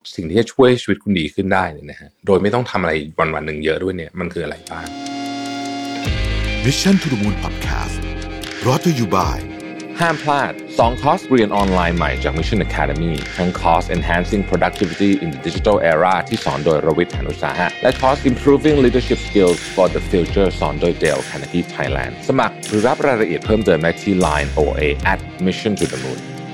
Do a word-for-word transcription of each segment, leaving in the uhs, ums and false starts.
สิ่งที่จะช่วยชีวิตคุณดีขึ้นได้เนี่ยนะฮะโดยไม่ต้องทำอะไรวันๆนึงเยอะด้วยเนี่ยมันคืออะไรบ้าง Mission to the Moon Podcast brought to you by ห้ามพลาดสองคอร์สเรียนออนไลน์ใหม่จาก Mission Academy ทั้งคอร์ส Enhancing Productivity in the Digital Era ที่สอนโดยรวิทย์ หาญอุตสาหะและคอร์ส Improving Leadership Skills for the Future สอนโดย Dale Carnegie Thailand สมัครหรือรับรายละเอียดเพิ่มเติมได้ที่ ไลน์ โอ เอ แอท มิชชั่น ทู เดอะ มูน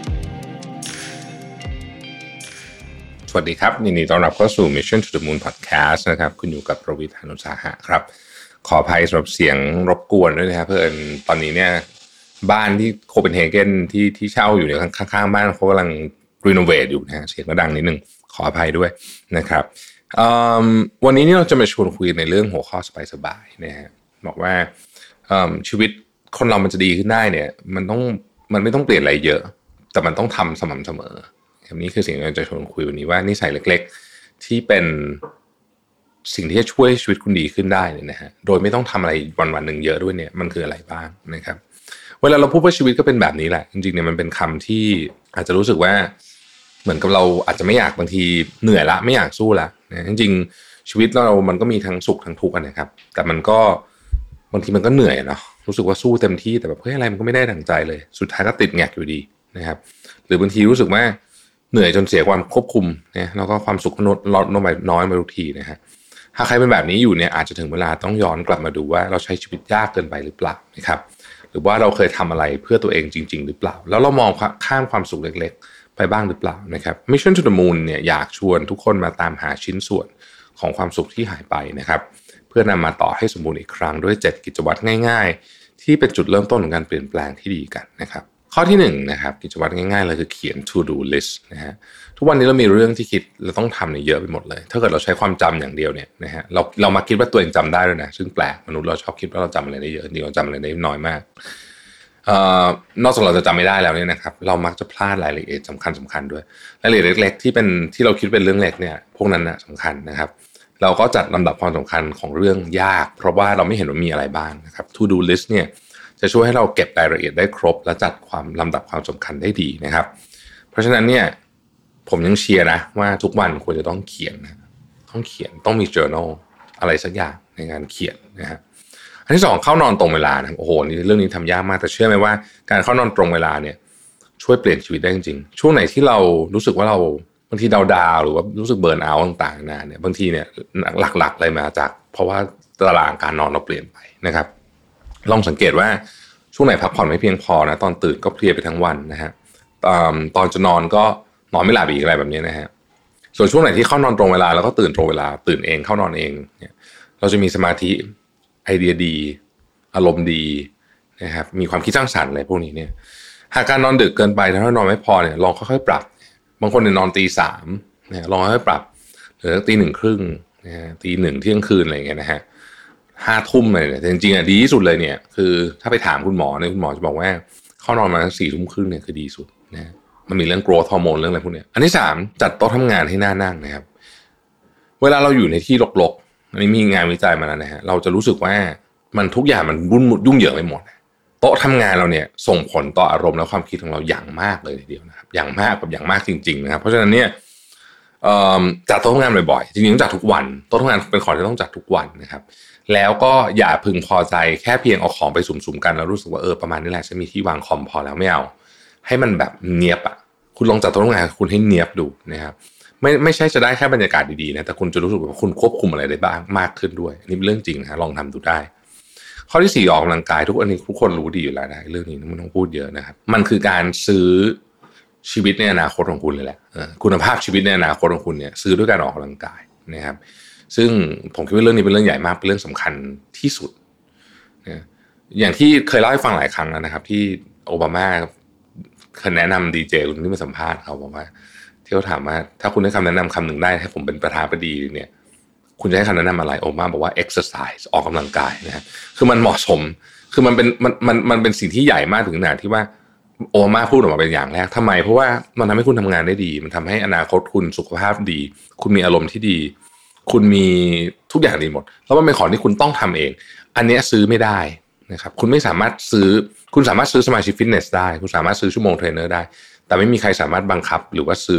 สวัสดีครับยินดีต้อนรับเข้าสู่ Mission to the Moon Podcast นะครับคุณอยู่กับรวิทย์ หาญอุตสาหะครับขออภัยสำหรับเสียงรบกวนด้วยนะครับเพื่อนตอนนี้เนี่ยบ้านที่โคเปนเฮเกนที่ที่เช่าอยู่เนี่ยข้างๆบ้านเขากำลังรีโนเวทอยู่นะฮะเสียงก็ดังนิดนึงขออภัยด้วยนะครับวันนี้นี่เราจะมาชวนคุยในเรื่องหัวข้อสบายๆนะฮะบอกว่าชีวิตคนเรามันจะดีขึ้นได้เนี่ยมันต้องมันไม่ต้องเปลี่ยนอะไรเยอะแต่มันต้องทำสม่ำเสมอคำนี้คือสิ่งที่เราจะชวนคุยวันนี้ว่านิสัยเล็กๆที่เป็นสิ่งที่จะช่วยชีวิตคุณดีขึ้นได้เนี่ยนะฮะโดยไม่ต้องทำอะไรวันๆนึงเยอะด้วยเนี่ยมันคืออะไรบ้างนะครับเวลาเราพูดว่าชีวิตก็เป็นแบบนี้แหละจริงๆเนี่ยมันเป็นคำที่อาจจะรู้สึกว่าเหมือนกับเราอาจจะไม่อยากบางทีเหนื่อยละไม่อยากสู้ละนะจริงๆชีวิตเรามันก็มีทั้งสุขทั้งทุกข์นะครับแต่มันก็บางทีมันก็เหนื่อยเนาะรู้สึกว่าสู้เต็มที่แต่แบบเฮ้ยอะไรมันก็ไม่ได้ดั่งใจเลยสุดท้ายก็ติดแงกอยู่ดีนะครับหรือบางทีรู้สึกว่าเหนื่อยจนเสียความควบคุมนะแล้วก็ความสุขลดลดลงไปน้อยไปทุกทีนะฮะถ้าใครเป็นแบบนี้อยู่เนี่ยอาจจะถึงเวลาต้องย้อนกลับมาดูว่าเราใช้ชีวิตยากเกินไปหรือเปล่านะครับหรือว่าเราเคยทำอะไรเพื่อตัวเองจริงๆหรือเปล่าแล้วเรามองข้ามความสุขเล็กๆไปบ้างหรือเปล่านะครับ Mission to the Moon เนี่ยอยากชวนทุกคนมาตามหาชิ้นส่วนของความสุขที่หายไปนะครับเพื่อนำมาต่อให้สมบูรณ์อีกครั้งด้วยเจ็ดกิจวัตรง่ายๆที่เป็นจุดเริ่มต้นของการเปลี่ยนแปลงที่ดีกันนะครับข้อที่หนึ่งนะครับกิจวัตรง่ายๆเลยคือเขียน to do list นะฮะทุกวันนี้เรามีเรื่องที่คิดเราต้องทำเนี่ยเยอะไปหมดเลยถ้าเกิดเราใช้ความจำอย่างเดียวเนี่ยนะฮะเราเรามาคิดว่าตัวเองจำได้ด้วยนะซึ่งแปลกมนุษย์เราชอบคิดว่าเราจำอะไรได้เยอะจริงๆเราจำอะไรได้น้อยมากเอ่อนอกจากเราจะจำไม่ได้แล้วเนี่ยนะครับเรามักจะพลาดรายละเอียดสำคัญสำคัญด้วยรายละเอียดเล็กๆที่เป็นที่เราคิดเป็นเรื่องเล็กเนี่ยพวกนั้นนะสำคัญนะครับเราก็จัดลำดับความสำคัญของเรื่องยากเพราะว่าเราไม่เห็นว่ามีอะไรบ้างนะครับ to do list เนี่ยจะช่วยให้เราเก็บรายละเอียดได้ครบและจัดความลำดับความสำคัญได้ดีนะครับเพราะฉะนั้นเนี่ยผมยังเชียร์นะว่าทุกวันควรจะต้องเขียนนะต้องเขียนต้องมี journal อะไรสักอย่างในการเขียนนะฮะอันที่สองเข้านอนตรงเวลานะโอ้โหนี่เรื่องนี้ทำยากมากแต่เชื่อไหมว่าการเข้านอนตรงเวลาเนี่ยช่วยเปลี่ยนชีวิตได้จริงๆช่วงไหนที่เรารู้สึกว่าเราบางทีดาวๆหรือว่ารู้สึกเบิร์นเอาท์ต่างๆนาเนี่ยบางทีเนี่ยหลักๆเลยมาจากเพราะว่าตารางการนอนเราเปลี่ยนไปนะครับลองสังเกตว่าช่วงไหนพักผ่อนไม่เพียงพอนะตอนตื่นก็เพลียไปทั้งวันนะฮะตอนจะนอนก็นอนไม่หลับอีกอะไรแบบนี้นะฮะส่วนช่วงไหนที่เข้านอนตรงเวลาแล้วก็ตื่นตรงเวลาตื่นเองเข้านอนเองเนี่ยเราจะมีสมาธิไอเดียดีอารมณ์ดีนะครับมีความคิดสร้างสรรค์อะไรพวกนี้เนี่ยหากการนอนดึกเกินไปถ้านอนไม่พอเนี่ยลองค่อยๆปรับบางคนเนี่ยนอนตีสามเนี่ยลองค่อยๆปรับหรือตีหนึ่งครึ่งนะฮะตีหนึ่งเที่ยงคืนอะไรอย่างเงี้ยนะฮะห้าทุ่มเลยเนี่ยแต่จริงๆอ่ะดีที่สุดเลยเนี่ยคือถ้าไปถามคุณหมอเนี่ยคุณหมอจะบอกว่าเข้านอนมาสี่ทุ่มครึ่งเนี่ยคือดีสุดนะมันมีเรื่อง growth hormone เรื่องอะไรพวกนี้อันที่สามจัดโต๊ะทำงานให้น่านั่งนะครับเวลาเราอยู่ในที่รกๆอันนี้มีงานวิจัยมาแล้วนะฮะเราจะรู้สึกว่ามันทุกอย่างมันวุ่นยุ่งเหยิงไปหมดโต๊ะทำงานเราเนี่ยส่งผลต่ออารมณ์และความคิดของเราอย่างมากเลยทีเดียวนะครับอย่างมากกับอย่างมากจริงๆนะครับเพราะฉะนั้นเนี่ยจัดโต๊ะทำงานบ่อยๆจริงๆต้องจัดทุกวันโต๊ะทำงานเป็นของที่ต้องจัดทุกวันนะครับแล้วก็อย่าพึงพอใจแค่เพียงเอาของไปสุ่มๆกันแล้วรู้สึกว่าเออประมาณนี้แหละฉันมีที่วางคอมพอแล้วไม่เอาให้มันแบบเนียบอ่ะคุณลองจัดโต๊ะทำงานคุณให้เนียบดูนะครับไม่ไม่ใช่จะได้แค่บรรยากาศดีๆนะแต่คุณจะรู้สึกว่าคุณควบคุมอะไรได้บ้างมากขึ้นด้วยนี่เป็นเรื่องจริงนะลองทำดูได้ข้อที่สี่ออกกำลังกายทุกอันนี้ทุกคนรู้ดีอยู่แล้วนะเรื่องนี้ไม่ต้องพูดเยอะนะครับมันคือการซื้อชีวิตในอนาคตของคุณเลยแหละคุณภาพชีวิตในอนาคตของคุณเนี่ยซื้อด้วยการออกกำลังกายนะครับซึ่งผมคิดว่าเรื่องนี้เป็นเรื่องใหญ่มากเป็นเรื่องสำคัญที่สุดนะอย่างที่เคยเล่าให้ฟังหลายครั้งแล้วนะครับที่โอบามาเคยแนะนำดีเจคนที่มาสัมภาษณ์เขาบอกว่าที่เขาถามว่าถ้าคุณให้คำแนะนำคำหนึ่งได้ให้ผมเป็นประธานาธิบดีเนี่ยคุณจะให้คำแนะนำอะไรโอบามาบอกว่า exercise ออกกำลังกายนะครับคือมันเหมาะสมคือมันเป็นมันมันมันเป็นสิ่งที่ใหญ่มากถึงขนาดที่ว่าโอบามาพูดออกมาเป็นอย่างแรกทำไมเพราะว่ามันทำให้คุณทำงานได้ดีมันทำให้อนาคตคุณสุขภาพดีคุณมีอารมณ์ที่ดีคุณมีทุกอย่างดีหมดแล้วมันเป็นของที่คุณต้องทำเองอันนี้ซื้อไม่ได้นะครับคุณไม่สามารถซื้อคุณสามารถซื้อสมาชิกฟิตเนสได้คุณสามารถซื้อชั่วโมงเทรนเนอร์ได้แต่ไม่มีใครสามารถบังคับหรือว่าซื้อ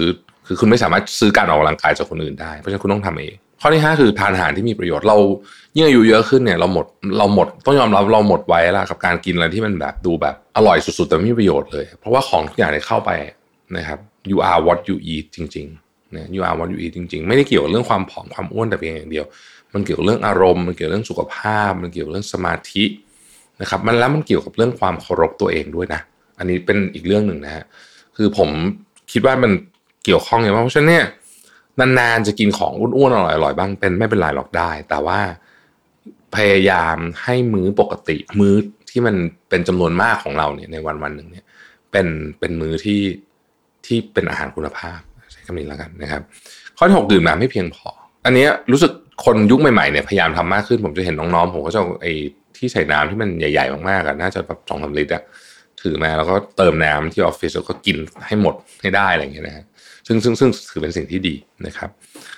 คือคุณไม่สามารถซื้อการออกกำลังกายจากคนอื่นได้เพราะฉะนั้นคุณต้องทำเองข้อที่ห้าคือทานอาหารที่มีประโยชน์เรายิ่งอายุเยอะขึ้นเนี่ยเราหมดเราหมดต้องยอมรับเราหมดไว้แล้วกับการกินอะไรที่มันแบบดูแบบอร่อยสุดๆแต่ไม่มีประโยชน์เลยเพราะว่าของทุกอย่างที่เข้าไปนะครับ you are what you eat จริงๆนะ you are what you eat จริงๆไม่ได้เกี่ยวกับเรื่องความผอมความอ้วนแต่เพียงอย่างเดียวมันเกี่ยวกับเรื่องอารมณ์มันเกี่ยวกับเรื่องสุขภาพมันเกี่ยวกับเรื่องสมาธินะครับมันแล้วมันเกี่ยวกับเรื่องความเคารพตัวเองด้วยนะอันนี้เป็นอีกเรื่องหนึ่งนะฮะคือผมคิดว่ามันเกี่ยวข้องอย่างมากเพราะฉะนั้นเนี่ยนานๆจะกินของอ้วนๆอร่อยๆบ้างเป็นไม่เป็นไรหรอกได้แต่ว่าพยายามให้มื้อปกติมื้อที่มันเป็นจำนวนมากของเราเนี่ยในวันวันหนึ่งเนี่ยเป็นเป็นมื้อที่ที่เป็นอาหารคุณภาพใช้คำนี้แล้วกันนะครับข้อที่หกดื่มน้ำให้เพียงพออันนี้รู้สึกคนยุคใหม่ๆเนี่ยพยายามทำมากขึ้นผมจะเห็นน้องๆผมก็จะไอ้ที่ใส่น้ำที่มันใหญ่ๆมากๆน่าจะแบบสองสามลิตรอะถือมาแล้วก็เติมน้ำที่ออฟฟิศแล้วก็กินให้หมดให้ได้อะไรอย่างเงี้ยนะฮะซึ่งซึ่งซึ่งถือเป็นสิ่งที่ดีนะครับ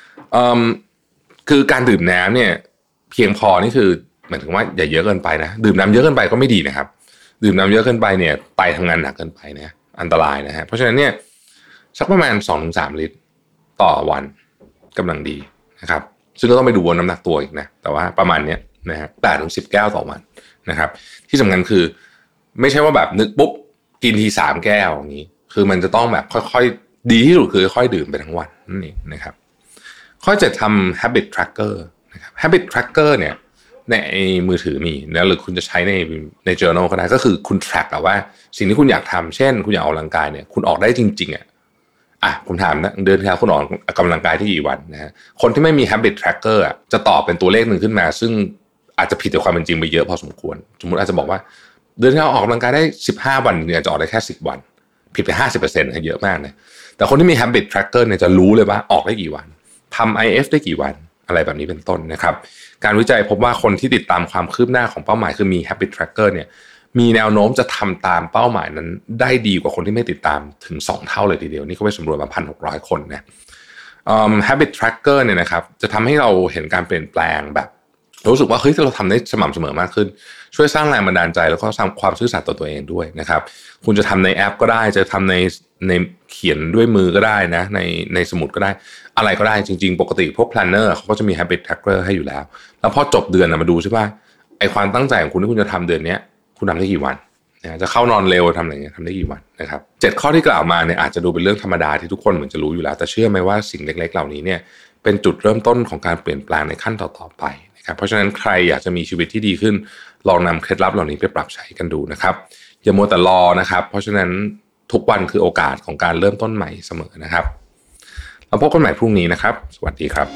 คือการดื่มน้ำเนี่ยเพียงพอนี่คือหมายถึงว่าอย่าเยอะเกินไปนะดื่มน้ำเยอะเกินไปก็ไม่ดีนะครับดื่มน้ำเยอะเกินไปเนี่ยไตทำงานหนักเกินไปนะอันตรายนะฮะเพราะฉะนั้นเนี่ยสักประมาณ สองถึงสาม ลิตรต่อวันกำลังดีนะครับซึ่งก็ต้องไปดูน้ำหนักตัวอีกนะแต่ว่าประมาณเนี้ยนะฮะแปดถึงสิบแก้วต่อวันนะครับที่สำคัญคือไม่ใช่ว่าแบบนึกปุ๊บกินทีสามแก้วอย่างนี้คือมันจะต้องแบบค่อยๆดีที่สุดคือค่อยดื่มไปทั้งวันนั่นเองนะครับข้อเจ็ดทำ habit tracker นะครับ habit tracker เนี่ยในมือถือมีนะหรือคุณจะใช้ในใน journal ก็ได้ก็คือคุณ track เอาว่าสิ่งที่คุณอยากทำเช่นคุณอยากออกกำลังกายเนี่ยคุณออกได้จริงๆอ่ะอ่ะผมถามนะเดือนที่แล้วคุณออกกำลังกายที่กี่วันนะฮะคนที่ไม่มี habit tracker อ่ะจะตอบเป็นตัวเลขหนึ่งขึ้นมาซึ่งอาจจะผิดจากความเป็นจริงไปเยอะพอสมควรสมมุติอาจจะบอกว่าเดือนที่เราออกกำลังกายได้สิบห้าวันเนี่ยจะออกได้แค่สิบวันผิดไป ห้าสิบเปอร์เซ็นต์ เยอะมากนะแต่คนที่มี habit tracker เนี่ยจะรู้เลยว่าออกได้กี่วันทำ ไอ เอฟ ได้กี่วันอะไรแบบนี้เป็นต้นนะครับการวิจัยพบว่าคนที่ติดตามความคืบหน้าของเป้าหมายคือมี habit tracker เนี่ยมีแนวโน้มจะทำตามเป้าหมายนั้นได้ดีกว่าคนที่ไม่ติดตามถึงสองเท่าเลยทีเดียวนี่เขาไปสำรวจมา หนึ่งพันหกร้อย คนนะอืม habit tracker เนี่ยนะครับจะทำให้เราเห็นการเปลี่ยนแปลงแบบรู้สึกว่าเฮ้ยเราทำได้สม่ำเสมอมากขึ้นช่วยสร้างแรงบันดาลใจแล้วก็สร้างความซื่อสัตย์ต่อตัวเองด้วยนะครับคุณจะทำในแอปก็ได้จะทำในในเขียนด้วยมือก็ได้นะในในสมุดก็ได้อะไรก็ได้จริงๆปกติพวก planner เขาก็จะมี habit tracker ให้อยู่แล้วแล้วพอจบเดือนนะมาดูใช่ป่ะไอความตั้งใจของคุณที่คุณจะทำเดือนนี้คุณทำได้กี่วันนะจะเข้านอนเร็วทำอะไรเงี้ยทำได้กี่วันนะครับเจ็ดข้อที่กล่าวมาเนี่ยอาจจะดูเป็นเรื่องธรรมดาที่ทุกคนเหมือนจะรู้อยู่แล้วแต่เชื่อไหมว่าสิ่งเล็กๆเหล่านี้เนี่ยเป็นจุดเริ่มต้นของการเปลี่ยนแปลงในขั้นต่อๆไปนะครับเพราะฉะนั้นใครอยากจะมีชีวิตที่ดีขึ้นลองนำเคล็ดลับเหล่านี้ไปปรับใช้กันดูนะครับอย่ามัวแต่รอนะครับเพราะฉะนั้นทุกวันคือโอกาสของการเริ่มต้นใหม่เสมอนะครับเราพบกันใหม่พรุ่งนี้นะครับสวัสดีครับ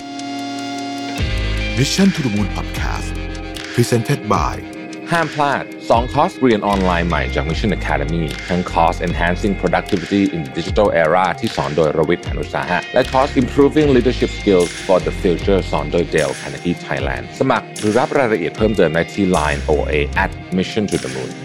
Mission to the Moon Podcast Presented by ห้ามพลาดสองคอร์สเรียนออนไลน์ใหม่จาก Mission Academy ทั้งคอร์ส Enhancing Productivity in the Digital Era ที่สอนโดยรวิทย์ หาญอุตสาหะและคอร์ส Improving Leadership Skills for the Future สอนโดย Dale Carnegie Thailand สมัครหรือรับรายละเอียดเพิ่มเติมได้ที่ ไลน์ โอ เอ แอท มิชชั่น ทู เดอะ มูน